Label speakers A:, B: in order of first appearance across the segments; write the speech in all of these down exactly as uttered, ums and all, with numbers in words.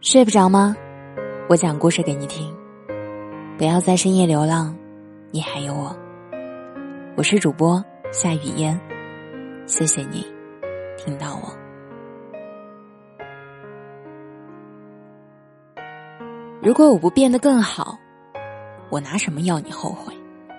A: 睡不着吗？我讲故事给你听，不要在深夜流浪，你还有我。我是主播夏雨嫣，谢谢你听到我。如果我不变得更好，我拿什么要你后悔？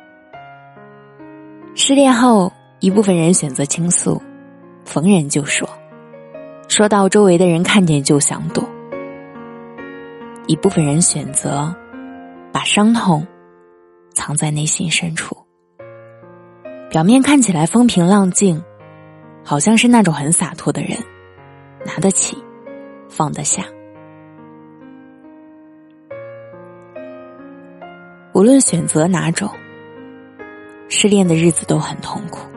A: 失恋后，一部分人选择倾诉，逢人就说，说到周围的人看见就想躲。一部分人选择把伤痛藏在内心深处，表面看起来风平浪静，好像是那种很洒脱的人，拿得起放得下。无论选择哪种，失恋的日子都很痛苦，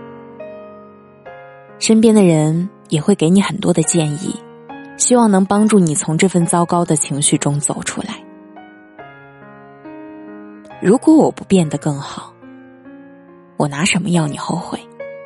A: 身边的人也会给你很多的建议，希望能帮助你从这份糟糕的情绪中走出来。如果我不变得更好，我拿什么要你后悔？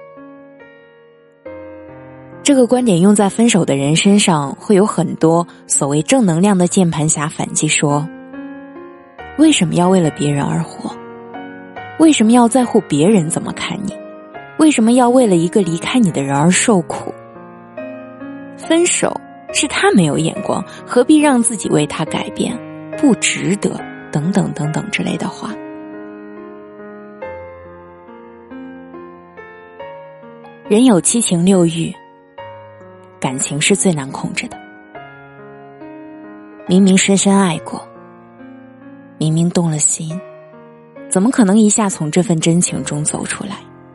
A: 这个观点用在分手的人身上，会有很多所谓正能量的键盘侠反击说，为什么要为了别人而活？为什么要在乎别人怎么看你？为什么要为了一个离开你的人而受苦？分手是他没有眼光，何必让自己为他改变？不值得，等等等等之类的话。人有七情六欲，感情是最难控制的。明明深深爱过，明明动了心，怎么可能一下从这份真情中走出来？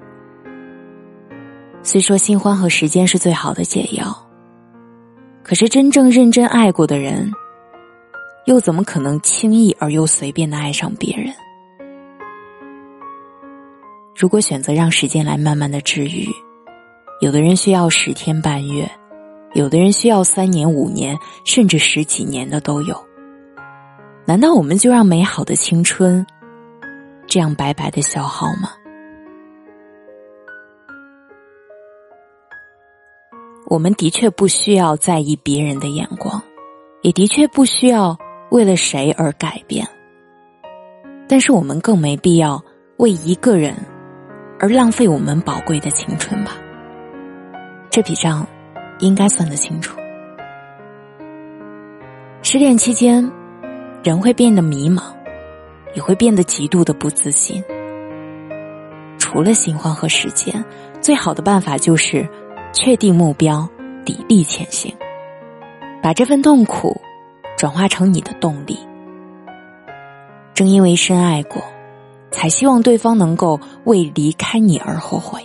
A: 虽说新欢和时间是最好的解药，可是真正认真爱过的人，又怎么可能轻易而又随便地爱上别人？如果选择让时间来慢慢的治愈，有的人需要十天半月，有的人需要三年五年，甚至十几年的都有。难道我们就让美好的青春这样白白的消耗吗？我们的确不需要在意别人的眼光，也的确不需要为了谁而改变，但是我们更没必要为一个人而浪费我们宝贵的青春吧。这笔账应该算得清楚。失恋期间，人会变得迷茫，也会变得极度的不自信。除了新欢和时间，最好的办法就是确定目标，砥砺前行，把这份痛苦转化成你的动力。正因为深爱过，才希望对方能够为离开你而后悔。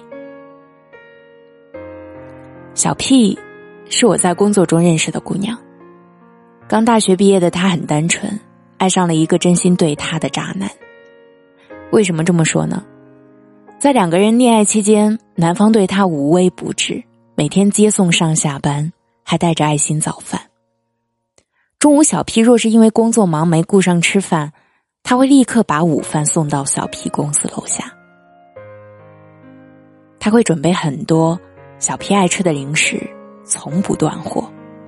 A: 小 P 是我在工作中认识的姑娘，刚大学毕业的她很单纯，爱上了一个真心对她的渣男。为什么这么说呢？在两个人恋爱期间，男方对她无微不至，每天接送上下班，还带着爱心早饭。中午小 P 若是因为工作忙没顾上吃饭，他会立刻把午饭送到小 P 公司楼下。他会准备很多小 P 爱吃的零食，从不断货。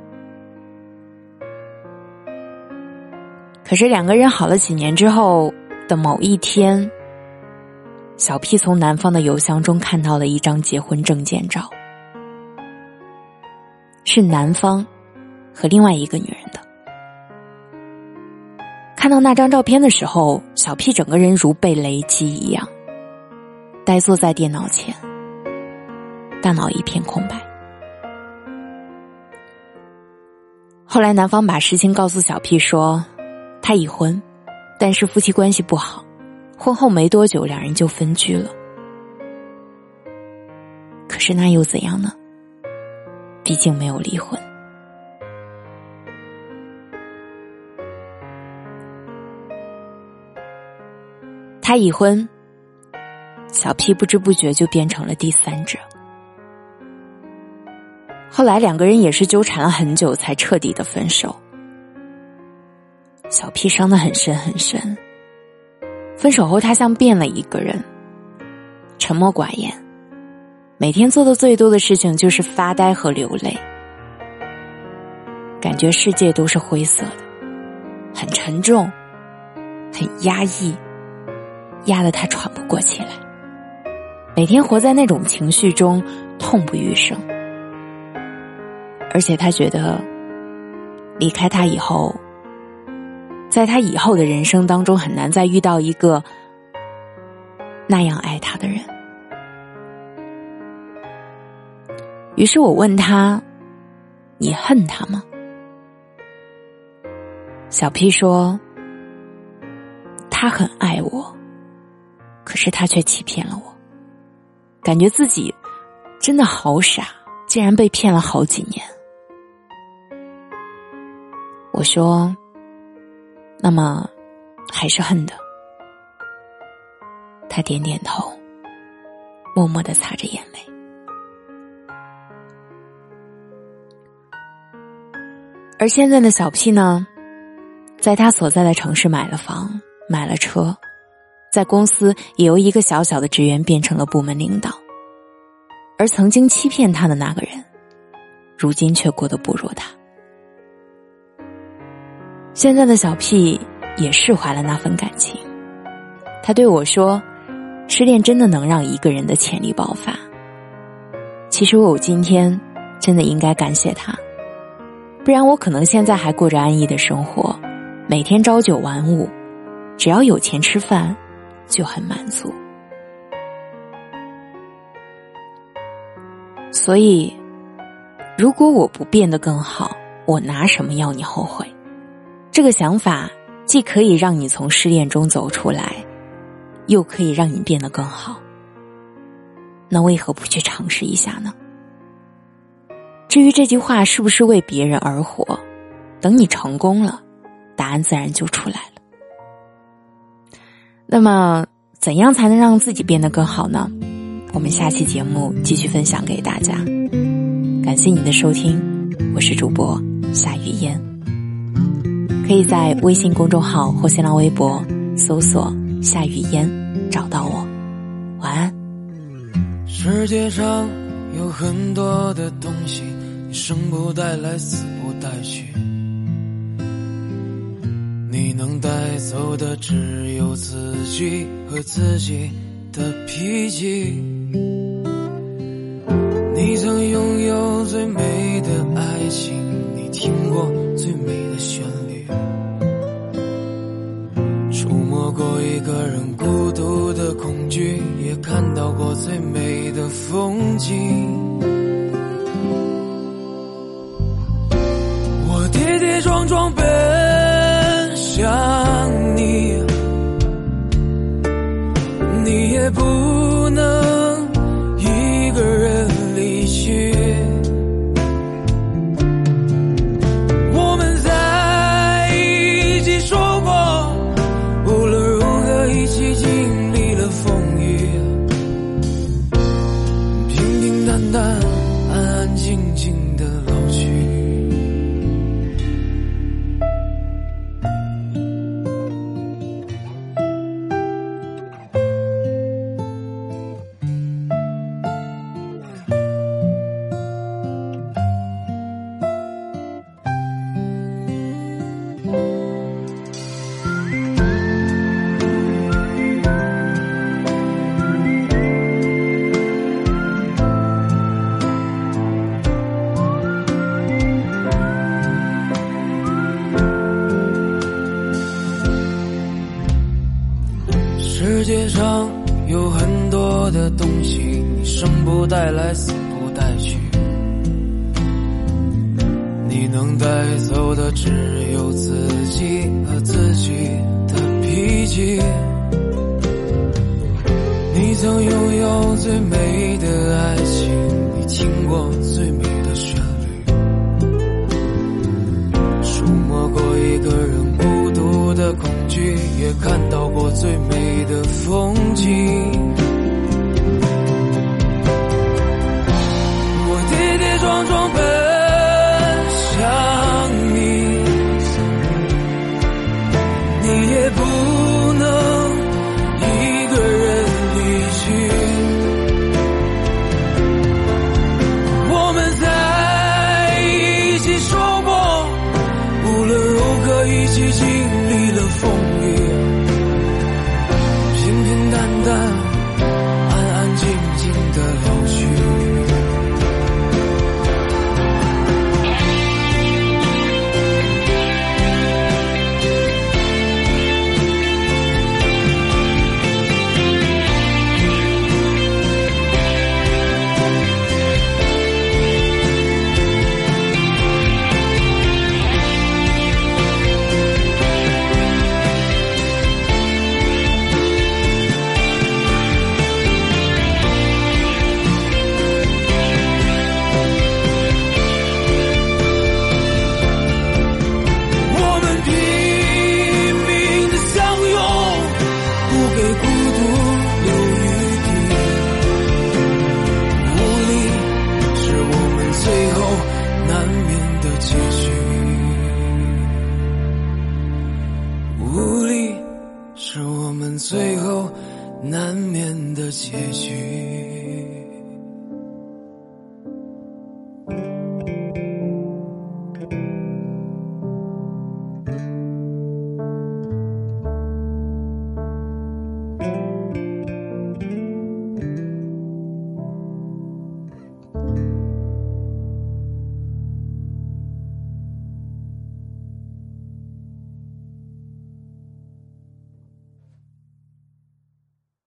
A: 可是两个人好了几年之后的某一天，小 P 从男方的邮箱中看到了一张结婚证件照，是男方和另外一个女人的。看到那张照片的时候，小 P 整个人如被雷击一样，呆坐在电脑前，大脑一片空白。后来男方把事情告诉小 P 说，他已婚，但是夫妻关系不好，婚后没多久两人就分居了。可是那又怎样呢？毕竟没有离婚。他已婚，小 P 不知不觉就变成了第三者。后来两个人也是纠缠了很久才彻底的分手。小 P 伤得很深很深，分手后他像变了一个人，沉默寡言，每天做的最多的事情就是发呆和流泪，感觉世界都是灰色的。 很沉重，很压抑，压得他喘不过气来，每天活在那种情绪中，痛不欲生。而且他觉得离开他以后，在他以后的人生当中很难再遇到一个那样爱他的人。于是我问他，你恨他吗？小 P 说，他很爱我，可是他却欺骗了我，感觉自己真的好傻，竟然被骗了好几年。我说，那么还是恨的。他点点头，默默地擦着眼泪。而现在的小 P 呢，在他所在的城市买了房，买了车，在公司也由一个小小的职员变成了部门领导。而曾经欺骗他的那个人，如今却过得不如他。现在的小 P 也释怀了那份感情，他对我说，失恋真的能让一个人的潜力爆发。其实我今天真的应该感谢他，不然我可能现在还过着安逸的生活，每天朝九晚五，只要有钱吃饭就很满足。所以如果我不变得更好，我拿什么要你后悔？这个想法既可以让你从失恋中走出来，又可以让你变得更好，那为何不去尝试一下呢？至于这句话是不是为别人而活，等你成功了，答案自然就出来了。那么怎样才能让自己变得更好呢？我们下期节目继续分享给大家。感谢你的收听，我是主播夏雨嫣，可以在微信公众号或新浪微博搜索夏雨嫣找到我。晚安。
B: 世界上有很多的东西，你生不带来，死不带去，你能带走的只有自己和自己的脾气。你曾拥有最美的爱情，你听过最美的旋律，触摸过一个人孤独的恐惧，也看到过最美的风景。我跌跌撞撞奔向你，你也不能一个人离去。我们在一起说过，无论如何一起经历了风雨，平平淡淡，安安静静的老去。世界上有很多的东西，你生不带来，死不带去，你能带走的只有自己和自己的脾气。你曾拥有最美的爱情，你听过最美的旋律，触摸过一个人孤独的恐惧，也看到过最美的风景。我跌跌撞撞奔向你，你也不能一个人离去。我们在一起说过，无论如何一起经历们最后难免的结局。